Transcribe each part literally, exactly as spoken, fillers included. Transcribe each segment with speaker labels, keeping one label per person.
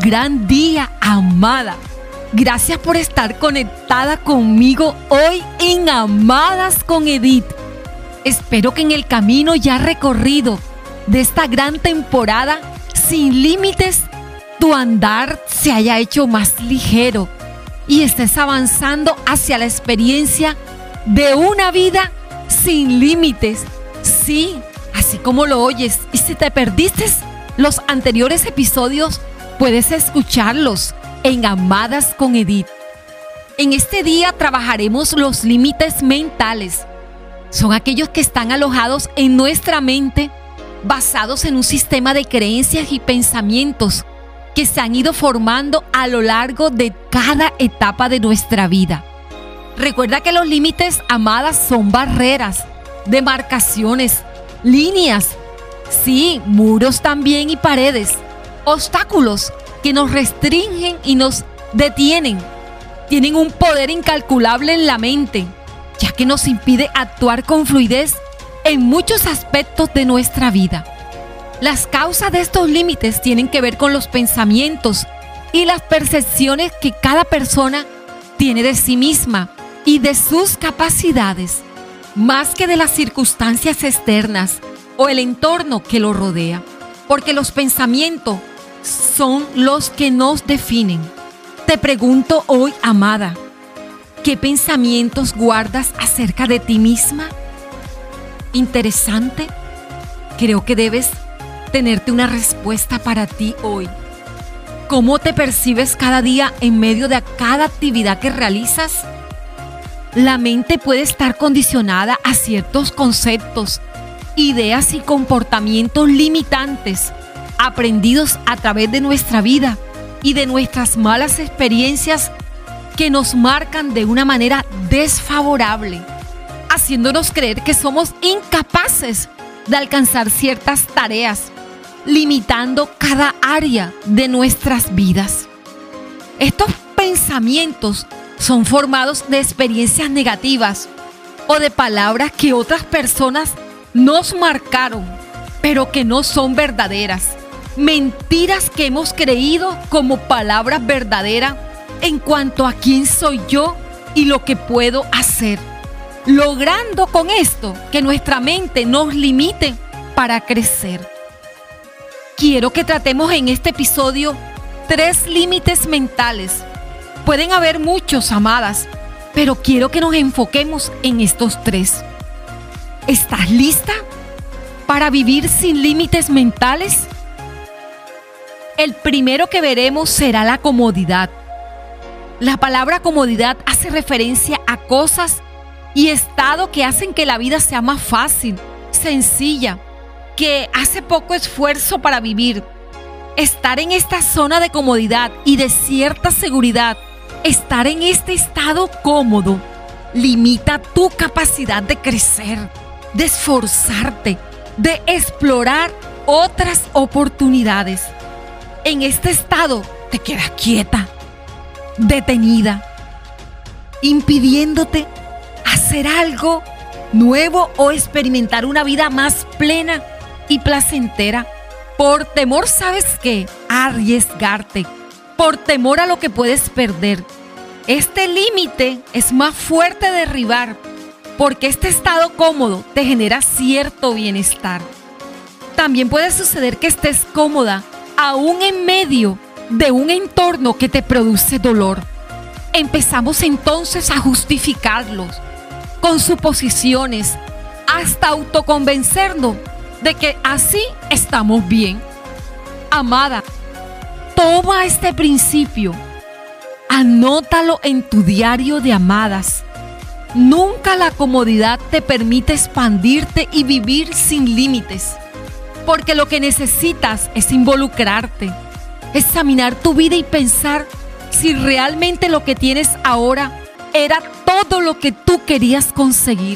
Speaker 1: gran día, amada. Gracias por estar conectada conmigo hoy en Amadas con Edith. Espero que en el camino ya recorrido de esta gran temporada sin límites, tu andar se haya hecho más ligero y estés avanzando hacia la experiencia de una vida sin límites. Sí, así como lo oyes. Y si te perdiste los anteriores episodios, puedes escucharlos en Amadas con Edith. En este día trabajaremos los límites mentales. Son aquellos que están alojados en nuestra mente, basados en un sistema de creencias y pensamientos que se han ido formando a lo largo de cada etapa de nuestra vida. Recuerda que los límites, amadas, son barreras, demarcaciones, líneas, sí, muros también y paredes, obstáculos que nos restringen y nos detienen. Tienen un poder incalculable en la mente, ya que nos impide actuar con fluidez en muchos aspectos de nuestra vida. Las causas de estos límites tienen que ver con los pensamientos y las percepciones que cada persona tiene de sí misma y de sus capacidades, más que de las circunstancias externas o el entorno que lo rodea, porque los pensamientos son los que nos definen. Te pregunto hoy, amada, ¿qué pensamientos guardas acerca de ti misma? Interesante. Creo que debes tenerte una respuesta para ti hoy. ¿Cómo te percibes cada día en medio de cada actividad que realizas? La mente puede estar condicionada a ciertos conceptos, ideas y comportamientos limitantes aprendidos a través de nuestra vida y de nuestras malas experiencias que nos marcan de una manera desfavorable, haciéndonos creer que somos incapaces de alcanzar ciertas tareas, limitando cada área de nuestras vidas. Estos pensamientos son formados de experiencias negativas o de palabras que otras personas nos marcaron, pero que no son verdaderas. Mentiras que hemos creído como palabras verdaderas en cuanto a quién soy yo y lo que puedo hacer, logrando con esto que nuestra mente nos limite para crecer. Quiero que tratemos en este episodio tres límites mentales. Pueden haber muchos, amadas, pero quiero que nos enfoquemos en estos tres. ¿Estás lista para vivir sin límites mentales? El primero que veremos será la comodidad. La palabra comodidad hace referencia a cosas y estados que hacen que la vida sea más fácil, sencilla, que hace poco esfuerzo para vivir. Estar en esta zona de comodidad y de cierta seguridad, estar en este estado cómodo, limita tu capacidad de crecer, de esforzarte, de explorar otras oportunidades. En este estado te quedas quieta, detenida, impidiéndote hacer algo nuevo o experimentar una vida más plena y placentera, por temor, ¿sabes qué? A arriesgarte, por temor a lo que puedes perder. Este límite es más fuerte de derribar, porque este estado cómodo te genera cierto bienestar. También puede suceder que estés cómoda aún en medio de un entorno que te produce dolor. Empezamos entonces a justificarlos con suposiciones, hasta autoconvencernos de que así estamos bien. Amada, toma este principio, anótalo en tu diario de amadas. Nunca la comodidad te permite expandirte y vivir sin límites, porque lo que necesitas es involucrarte, examinar tu vida y pensar si realmente lo que tienes ahora era todo lo que tú querías conseguir.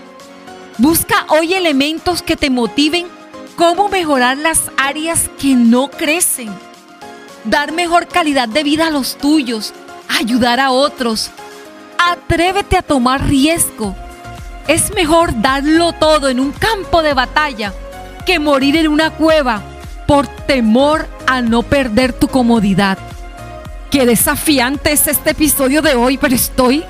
Speaker 1: Busca hoy elementos que te motiven cómo mejorar las áreas que no crecen, dar mejor calidad de vida a los tuyos, ayudar a otros. Atrévete a tomar riesgo. Es mejor darlo todo en un campo de batalla que morir en una cueva por temor a no perder tu comodidad. Qué desafiante es este episodio de hoy, pero estoy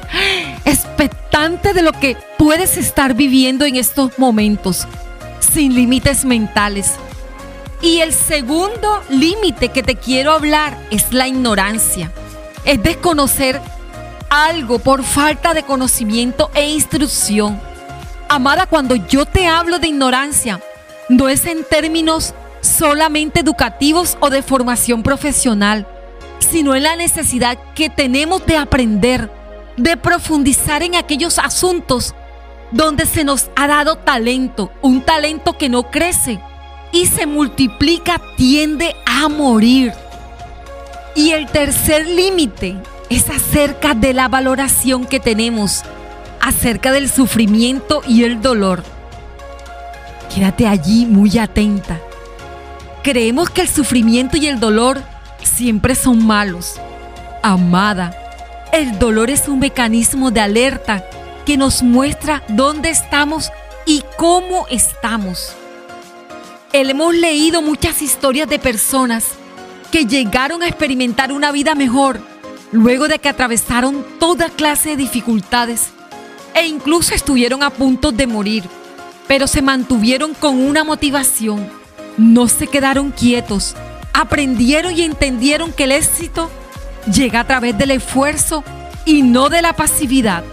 Speaker 1: expectante de lo que puedes estar viviendo en estos momentos, sin límites mentales. Y el segundo límite que te quiero hablar es la ignorancia. Es desconocer algo por falta de conocimiento e instrucción. Amada, cuando yo te hablo de ignorancia, no es en términos solamente educativos o de formación profesional, sino en la necesidad que tenemos de aprender, de profundizar en aquellos asuntos donde se nos ha dado talento, un talento que no crece y se multiplica, tiende a morir. Y el tercer límite es acerca de la valoración que tenemos acerca del sufrimiento y el dolor. Quédate allí muy atenta. Creemos que el sufrimiento y el dolor siempre son malos. Amada, el dolor es un mecanismo de alerta que nos muestra dónde estamos y cómo estamos. Hemos leído muchas historias de personas que llegaron a experimentar una vida mejor luego de que atravesaron toda clase de dificultades e incluso estuvieron a punto de morir, pero se mantuvieron con una motivación, no se quedaron quietos, aprendieron y entendieron que el éxito llega a través del esfuerzo y no de la pasividad.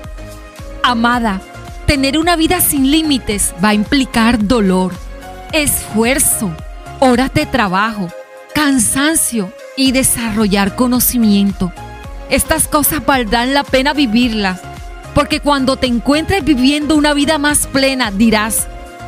Speaker 1: Amada, tener una vida sin límites va a implicar dolor, esfuerzo, horas de trabajo, cansancio y desarrollar conocimiento. Estas cosas valdrán la pena vivirlas, porque cuando te encuentres viviendo una vida más plena dirás,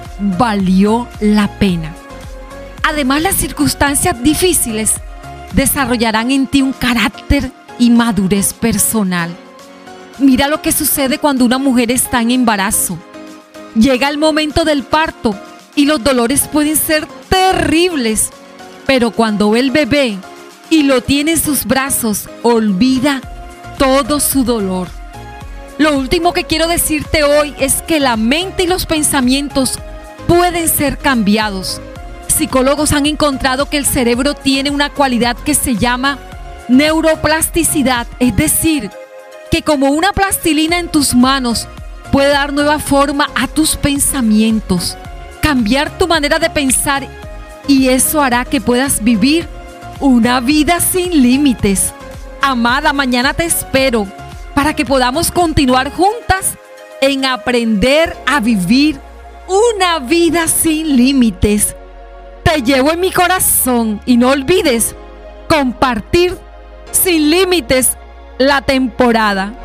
Speaker 1: valió la pena. Además, las circunstancias difíciles desarrollarán en ti un carácter y madurez personal. Mira lo que sucede cuando una mujer está en embarazo. Llega el momento del parto y los dolores pueden ser terribles, pero cuando ve el bebé y lo tiene en sus brazos, olvida todo su dolor. Lo último que quiero decirte hoy es que la mente y los pensamientos pueden ser cambiados. Psicólogos han encontrado que el cerebro tiene una cualidad que se llama neuroplasticidad, es decir, que como una plastilina en tus manos puede dar nueva forma a tus pensamientos, cambiar tu manera de pensar, y eso hará que puedas vivir una vida sin límites. Amada, mañana te espero para que podamos continuar juntas en aprender a vivir una vida sin límites. Te llevo en mi corazón y no olvides compartir Sin Límites la temporada.